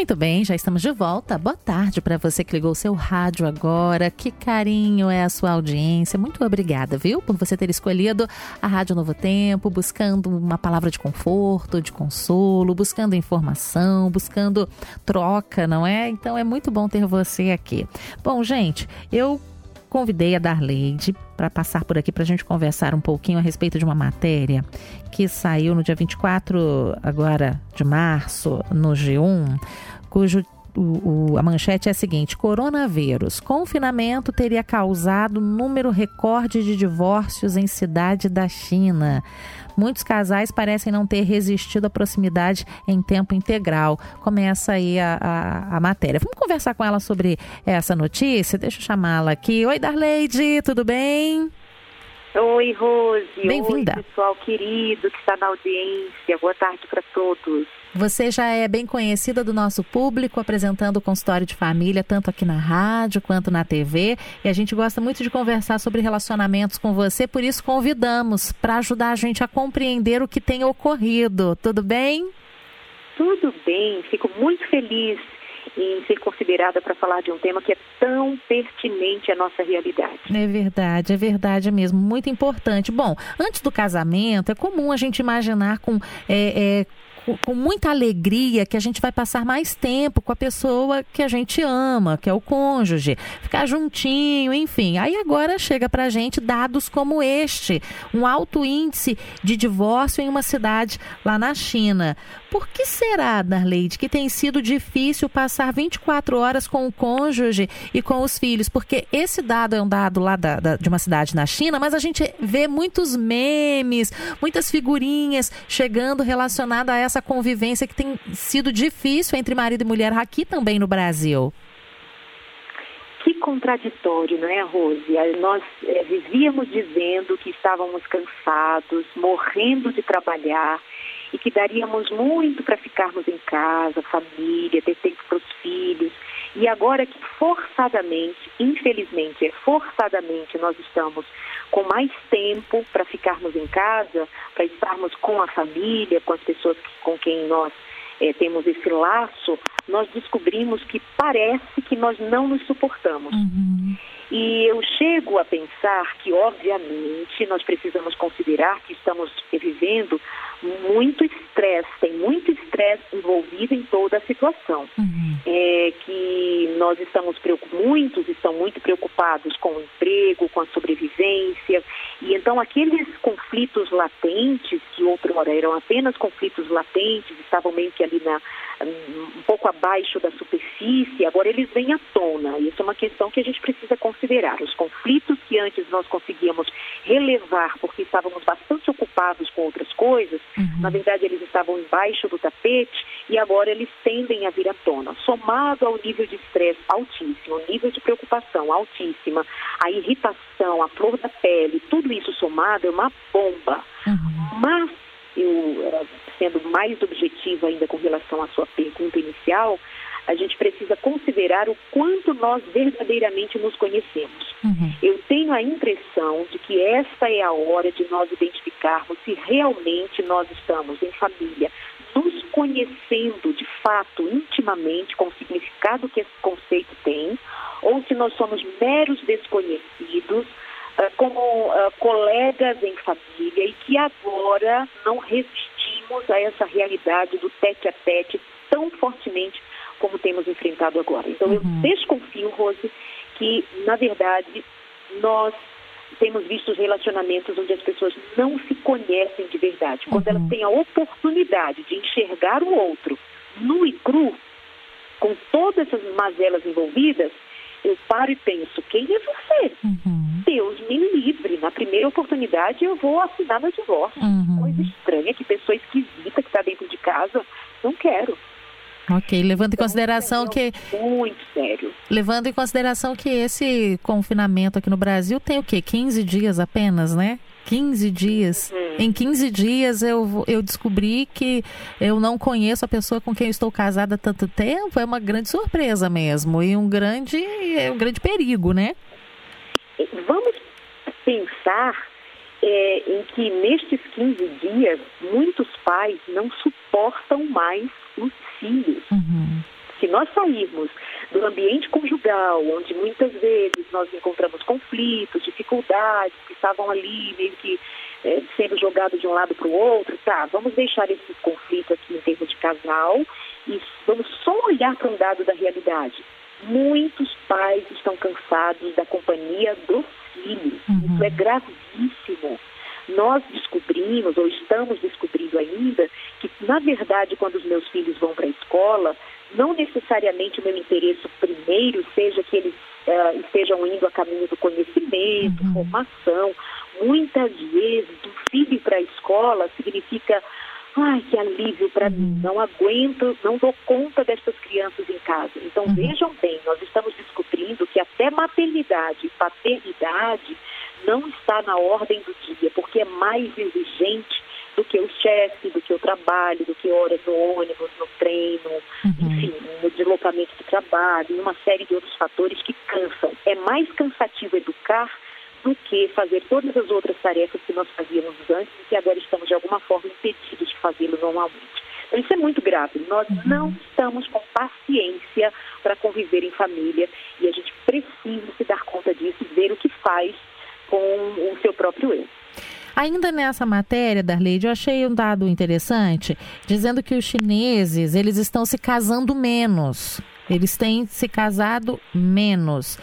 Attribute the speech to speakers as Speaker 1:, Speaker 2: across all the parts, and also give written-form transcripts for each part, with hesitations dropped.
Speaker 1: Muito bem, já estamos de volta. Boa tarde para você que ligou o seu rádio agora. Que carinho é a sua audiência. Muito obrigada, viu, por você ter escolhido a Rádio Novo Tempo, buscando uma palavra de conforto, de consolo, buscando informação, buscando troca, não é? Então é muito bom ter você aqui. Bom, gente, eu convidei a Darleide para passar por aqui para a gente conversar um pouquinho a respeito de uma matéria que saiu no dia 24 agora de março no G1, cujo a manchete é a seguinte: coronavírus, confinamento teria causado número recorde de divórcios em cidade da China. Muitos casais parecem não ter resistido à proximidade em tempo integral. Começa aí a matéria. Vamos conversar com ela sobre essa notícia? Deixa eu chamá-la aqui. Oi, Darleide, tudo bem?
Speaker 2: Oi, Rose.
Speaker 1: Bem-vinda.
Speaker 2: Oi, pessoal querido que está na audiência. Boa tarde para todos.
Speaker 1: Você já é bem conhecida do nosso público, apresentando o consultório de família, tanto aqui na rádio quanto na TV. E a gente gosta muito de conversar sobre relacionamentos com você, por isso convidamos para ajudar a gente a compreender o que tem ocorrido. Tudo bem?
Speaker 2: Tudo bem. Fico muito feliz em ser considerada para falar de um tema que é tão pertinente à nossa realidade.
Speaker 1: É verdade mesmo, muito importante. Bom, antes do casamento, é comum a gente imaginar com muita alegria que a gente vai passar mais tempo com a pessoa que a gente ama, que é o cônjuge, ficar juntinho, enfim. Aí agora chega pra gente dados como este, um alto índice de divórcio em uma cidade lá na China. Por que será, Darleide, que tem sido difícil passar 24 horas com o cônjuge e com os filhos? Porque esse dado é um dado lá de uma cidade na China, mas a gente vê muitos memes, muitas figurinhas chegando relacionadas a essa convivência que tem sido difícil entre marido e mulher aqui também no Brasil.
Speaker 2: Que contraditório, não é, Rose? Nós vivíamos dizendo que estávamos cansados, morrendo de trabalhar e que daríamos muito para ficarmos em casa, família, ter tempo para os filhos. E agora que forçadamente, infelizmente, forçadamente nós estamos com mais tempo para ficarmos em casa, para estarmos com a família, com as pessoas com quem nós temos esse laço, nós descobrimos que parece que nós não nos suportamos.
Speaker 1: Uhum.
Speaker 2: E eu chego a pensar que, obviamente, nós precisamos considerar que estamos vivendo muito estresse, tem muito estresse envolvido em toda a situação.
Speaker 1: Uhum.
Speaker 2: Que nós muitos estão muito preocupados com o emprego, com a sobrevivência, e então aqueles conflitos latentes, que outrora eram apenas conflitos latentes, estavam meio que ali um pouco abaixo da superfície, agora eles vêm à tona. E isso é uma questão que a gente precisa considerar. Os conflitos que antes nós conseguíamos relevar porque estávamos bastante ocupados com outras coisas, na verdade eles estavam embaixo do tapete e agora eles tendem a vir à tona. Somado ao nível de estresse altíssimo, ao nível de preocupação altíssima, a irritação, a flor da pele, tudo isso somado é uma bomba. Mas eu, sendo mais objetiva ainda com relação à sua pergunta inicial, a gente precisa considerar o quanto nós verdadeiramente nos conhecemos. Eu tenho a impressão de que esta é a hora de nós identificarmos se realmente nós estamos em família, nos conhecendo de fato, intimamente, com o significado que esse conceito tem, ou se nós somos meros desconhecidos, como colegas em família, e que agora não resistimos a essa realidade do tete-a-tete tão fortemente como temos enfrentado agora. Então eu desconfio, Rose, que na verdade nós temos visto os relacionamentos onde as pessoas não se conhecem de verdade. Quando elas têm a oportunidade de enxergar o outro nu e cru, com todas essas mazelas envolvidas, eu paro e penso, quem é você? Deus me livre. Na primeira oportunidade eu vou assinar meu divórcio. Coisa estranha, que pessoa esquisita que está dentro de casa. Não quero.
Speaker 1: Ok, levando em consideração que...
Speaker 2: Muito sério.
Speaker 1: Levando em consideração que esse confinamento aqui no Brasil tem o quê? 15 dias apenas, né? 15 dias. Em 15 dias eu descobri que eu não conheço a pessoa com quem eu estou casada há tanto tempo. É uma grande surpresa mesmo. E um grande perigo, né?
Speaker 2: Vamos pensar em que nestes 15 dias muitos pais não suportam mais os filhos. nós sairmos do ambiente conjugal, onde muitas vezes nós encontramos conflitos, dificuldades, que estavam ali meio que sendo jogados de um lado para o outro, tá, vamos deixar esses conflitos aqui em termos de casal e vamos só olhar para um dado da realidade. Muitos pais estão cansados da companhia dos filhos. Isso é gravíssimo. Nós descobrimos, ou estamos descobrindo ainda, que, na verdade, quando os meus filhos vão para a escola, não necessariamente o meu interesse primeiro seja que eles estejam indo a caminho do conhecimento, formação. Muitas vezes, um filho para a escola significa, ai, que alívio para mim, não aguento, não dou conta destas crianças em casa. Então, vejam bem, nós estamos descobrindo que até maternidade e paternidade não está na ordem do dia, porque é mais exigente do que o chefe, do que o trabalho, do que horas no ônibus, no treino, enfim, no deslocamento do trabalho, e uma série de outros fatores que cansam. É mais cansativo educar do que fazer todas as outras tarefas que nós fazíamos antes e que agora estamos, de alguma forma, impedidos de fazê-lo normalmente. Então, isso é muito grave. Nós não estamos com paciência para conviver em família e a gente precisa se dar conta disso e ver o que faz com o seu próprio eu.
Speaker 1: Ainda nessa matéria, Darleide, eu achei um dado interessante, dizendo que os chineses, eles estão se casando menos. Eles têm se casado menos.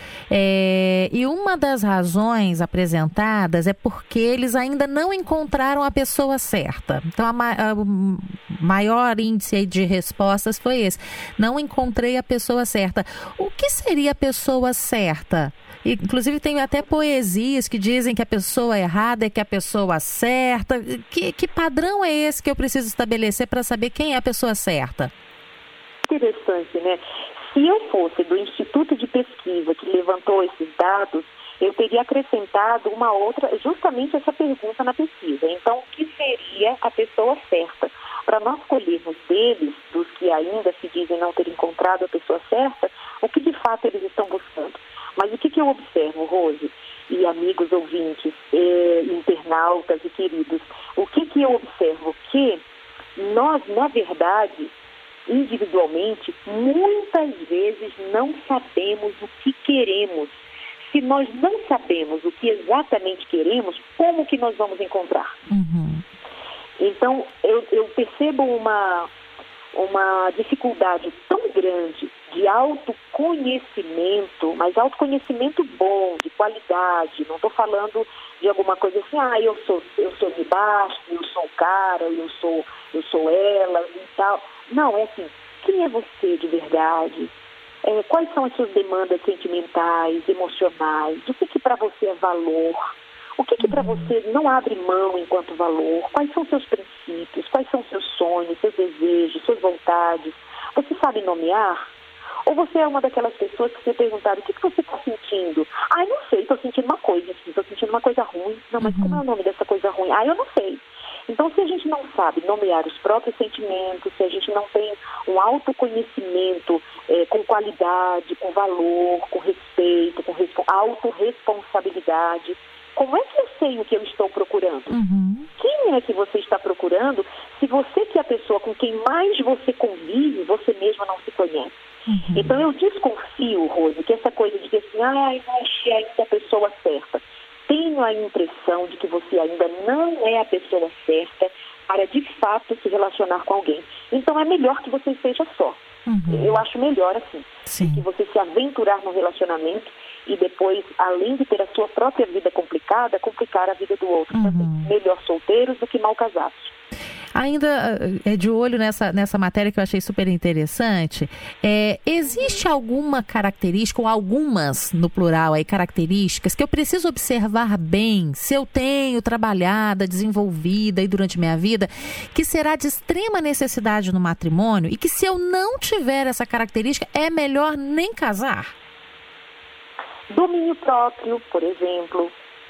Speaker 1: E uma das razões apresentadas é porque eles ainda não encontraram a pessoa certa. Então, o maior índice aí de respostas foi esse. Não encontrei a pessoa certa. O que seria a pessoa certa? Inclusive, tem até poesias que dizem que a pessoa errada é que a pessoa certa. Que padrão é esse que eu preciso estabelecer para saber quem é a pessoa certa?
Speaker 2: Interessante, né? Se eu fosse do Instituto de Pesquisa que levantou esses dados, eu teria acrescentado uma outra, justamente essa pergunta na pesquisa. Então, o que seria a pessoa certa? Para nós colhermos deles, dos que ainda se dizem não ter encontrado a pessoa certa, o que de fato eles estão buscando? Mas o que eu observo, Rose, e amigos ouvintes, internautas e queridos, o que eu observo? Que nós, na verdade, individualmente, muitas vezes não sabemos o que queremos. Se nós não sabemos o que exatamente queremos, como que nós vamos encontrar? Então, eu percebo uma dificuldade tão grande de autoconhecimento, mas autoconhecimento bom, de qualidade. Não estou falando de alguma coisa assim, eu sou de baixo, eu sou o cara, eu sou ela e tal. Não, é assim, quem é você de verdade? Quais são as suas demandas sentimentais, emocionais? O que para você é valor? O que para você não abre mão enquanto valor? Quais são seus princípios? Quais são seus sonhos, seus desejos, suas vontades? Você sabe nomear? Ou você é uma daquelas pessoas que você perguntaram, o que você está sentindo? Não sei, estou sentindo uma coisa, estou sentindo uma coisa ruim. Não, mas como é o nome dessa coisa ruim? Eu não sei. Então, se a gente não sabe nomear os próprios sentimentos, se a gente não tem um autoconhecimento com qualidade, com valor, com respeito, com autorresponsabilidade, como é que eu sei o que eu estou procurando? Quem é que você está procurando se você, que é a pessoa com quem mais você convive, você mesma não se conhece? Então, eu desconfio, Rose, que essa coisa de que assim, não achei ainda a pessoa certa. Tenho a impressão de que você ainda não é a pessoa certa para, de fato, se relacionar com alguém. Então, é melhor que você seja só. Eu acho melhor assim.
Speaker 1: Sim.
Speaker 2: Que você se aventurar no relacionamento e depois, além de ter a sua própria vida complicada, complicar a vida do outro também. Melhor solteiros do que mal casados.
Speaker 1: Ainda de olho nessa matéria que eu achei super interessante, existe alguma característica, ou algumas, no plural, características que eu preciso observar bem, se eu tenho trabalhada, desenvolvida aí durante minha vida, que será de extrema necessidade no matrimônio e que, se eu não tiver essa característica, é melhor nem casar?
Speaker 2: Domínio próprio, por exemplo,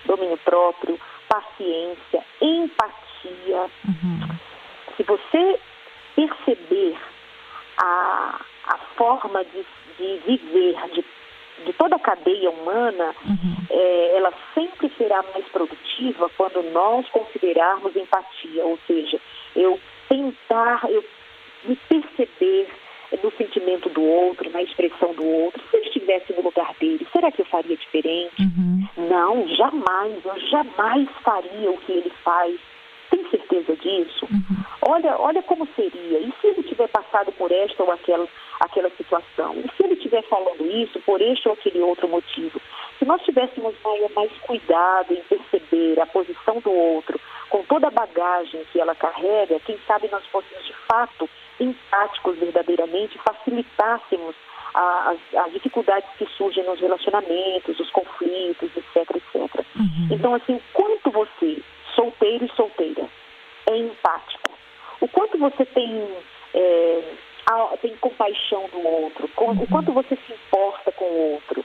Speaker 2: paciência, empatia. Se você perceber a forma de viver de toda a cadeia humana, ela sempre será mais produtiva quando nós considerarmos empatia, ou seja, eu me perceber no sentimento do outro, na expressão do outro. Se eu estivesse no lugar dele, será que eu faria diferente? Não, jamais, eu jamais faria o que ele faz. Tem certeza disso? Olha como seria. E se ele tiver passado por esta ou aquela situação? E se ele estiver falando isso por este ou aquele outro motivo? Se nós tivéssemos mais cuidado em perceber a posição do outro, com toda a bagagem que ela carrega, quem sabe nós fôssemos de fato empáticos verdadeiramente, facilitássemos as dificuldades que surgem nos relacionamentos, os conflitos, etc, etc. Então, assim, o quanto você, solteiro e solteira, é empático, o quanto você tem compaixão do outro, o quanto você se importa com o outro,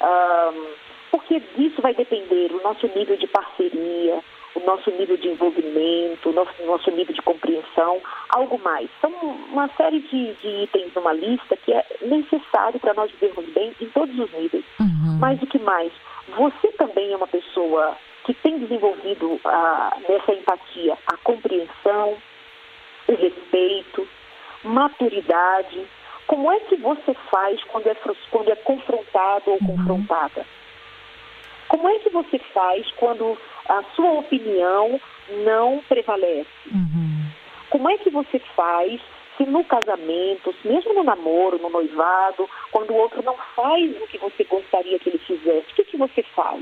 Speaker 2: porque disso vai depender o nosso nível de parceria, o nosso nível de envolvimento, o nosso nível de compreensão, algo mais. São uma série de itens numa lista que é necessário para nós vivermos bem em todos os níveis. Mas o que mais? Você também é uma pessoa que tem desenvolvido nessa empatia a compreensão, o respeito, maturidade. Como é que você faz quando é confrontado ou confrontada? Como é que você faz quando a sua opinião não prevalece? Como é que você faz se no casamento, mesmo no namoro, no noivado, quando o outro não faz o que você gostaria que ele fizesse, o que você faz?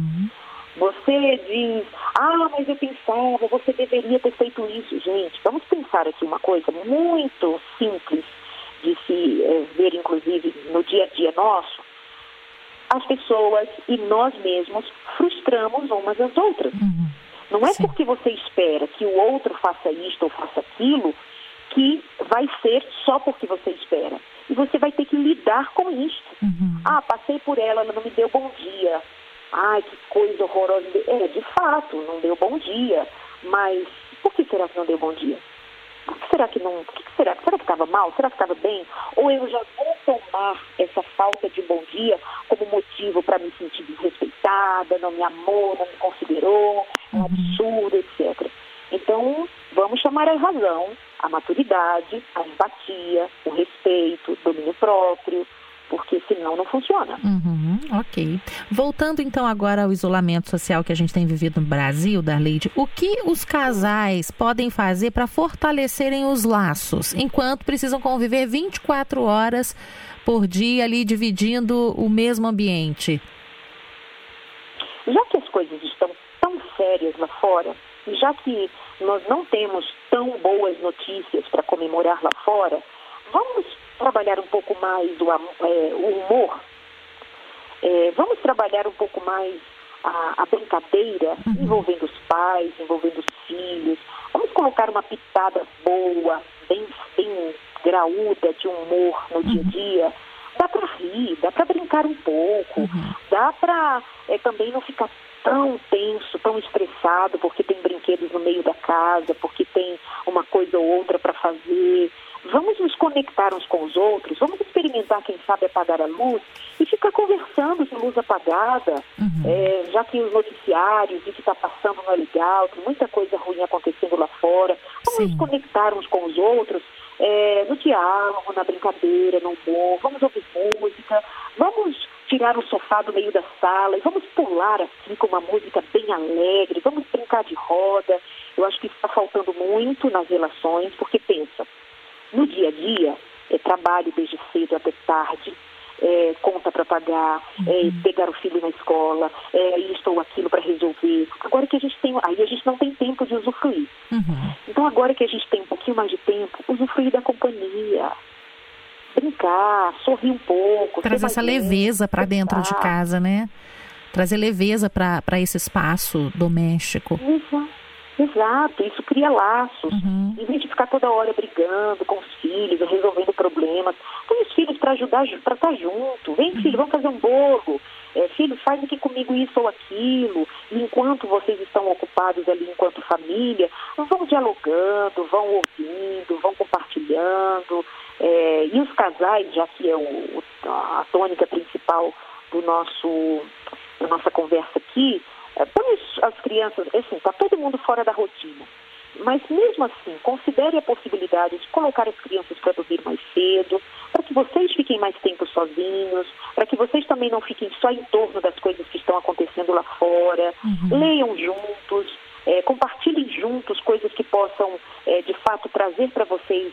Speaker 2: Você diz, mas eu pensava, você deveria ter feito isso. Gente, vamos pensar aqui uma coisa muito simples de se ver, inclusive, no dia a dia nosso. As pessoas e nós mesmos frustramos umas às outras. Não é porque você espera que o outro faça isto ou faça aquilo que vai ser só porque você espera. E você vai ter que lidar com isso. Passei por ela não me deu bom dia. Ai, que coisa horrorosa. De fato, não deu bom dia. Mas por que será que não deu bom dia? Por que será que não? Será que estava mal? Será que estava bem? Ou eu já vou tomar essa falta de bom dia como motivo para me sentir desrespeitada, não me amou, não me considerou, é um absurdo, etc. Então, vamos chamar a razão, a maturidade, a empatia, o respeito, o domínio próprio, porque senão não funciona.
Speaker 1: Ok. Voltando então agora ao isolamento social que a gente tem vivido no Brasil, Darleide, o que os casais podem fazer para fortalecerem os laços, enquanto precisam conviver 24 horas por dia ali dividindo o mesmo ambiente?
Speaker 2: Já que as coisas estão tão sérias lá fora, e já que nós não temos tão boas notícias para comemorar lá fora, vamos trabalhar um pouco mais o humor. Vamos trabalhar um pouco mais a brincadeira, envolvendo os pais, envolvendo os filhos. Vamos colocar uma pitada boa, bem graúda de humor no dia a dia. Dá para rir, dá para brincar um pouco, dá para também não ficar tão tenso, tão estressado, porque tem brinquedos no meio da casa, porque tem uma coisa ou outra para fazer. Vamos nos conectar uns com os outros, vamos experimentar, quem sabe, apagar a luz e ficar conversando de luz apagada, já que os noticiários e o que está passando não é legal, tem muita coisa ruim acontecendo lá fora. Vamos nos conectar uns com os outros, no diálogo, na brincadeira, no humor, vamos ouvir música, vamos tirar o sofá do meio da sala e vamos pular assim com uma música bem alegre, vamos brincar de roda. Eu acho que isso está faltando muito nas relações, porque pensa, no dia a dia, trabalho desde cedo até tarde, conta para pagar, pegar o filho na escola, isto ou aquilo para resolver. Agora que a gente tem, aí a gente não tem tempo de usufruir. Então agora que a gente tem um pouquinho mais de tempo, usufruir da companhia, brincar, sorrir um pouco.
Speaker 1: Trazer essa leveza para dentro de casa, né? Trazer leveza para esse espaço doméstico.
Speaker 2: Exato, isso cria laços. Em vez de ficar toda hora brigando com os filhos, resolvendo problemas, põe os filhos para ajudar, para estar junto. Vem, filho, vamos fazer um bolo. Filho, faz aqui comigo isso ou aquilo. E enquanto vocês estão ocupados ali enquanto família, vão dialogando, vão ouvindo, vão compartilhando. E os casais, já que é a tônica principal da nossa conversa aqui, põe as crianças, assim, está todo mundo fora da rotina. Mas mesmo assim, considere a possibilidade de colocar as crianças para dormir mais cedo, para que vocês fiquem mais tempo sozinhos, para que vocês também não fiquem só em torno das coisas que estão acontecendo lá fora. Leiam juntos, compartilhem juntos coisas que possam, de fato, trazer para vocês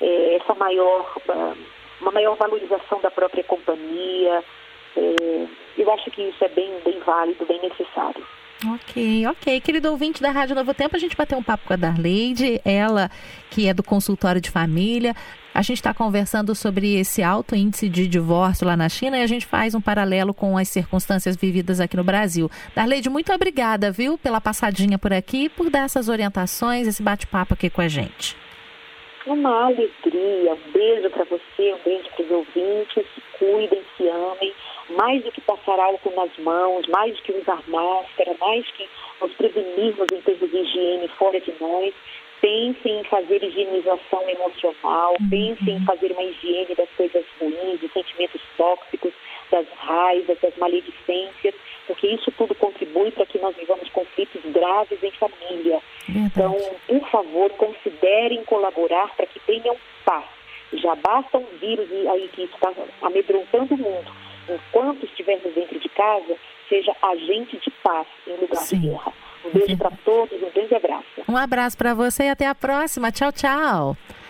Speaker 2: uma maior valorização da própria companhia. Eu acho que isso é bem válido, bem necessário.
Speaker 1: Ok. Querido ouvinte da Rádio Novo Tempo, a gente bateu um papo com a Darleide, ela que é do consultório de família. A gente está conversando sobre esse alto índice de divórcio lá na China e a gente faz um paralelo com as circunstâncias vividas aqui no Brasil. Darleide, muito obrigada, viu, pela passadinha por aqui, por dar essas orientações, esse bate-papo aqui com a gente.
Speaker 2: Uma alegria, um beijo para você, um beijo para os ouvintes, se cuidem, se amem, mais do que passar álcool nas mãos, mais do que usar máscara, mais que nos prevenirmos em termos de higiene fora de nós, pensem em fazer higienização emocional, pensem em fazer uma higiene das coisas ruins, dos sentimentos tóxicos, das raivas, das maledicências, porque isso tudo contribui para que nós vivamos conflitos graves em família.
Speaker 1: Verdade.
Speaker 2: Então, por favor, considerem colaborar para que tenham paz. Já basta um vírus aí que está amedrontando o mundo. Enquanto estivermos dentro de casa, seja agente de paz em lugar de guerra. Um beijo para todos, um grande abraço.
Speaker 1: Um abraço para você e até a próxima. Tchau, tchau.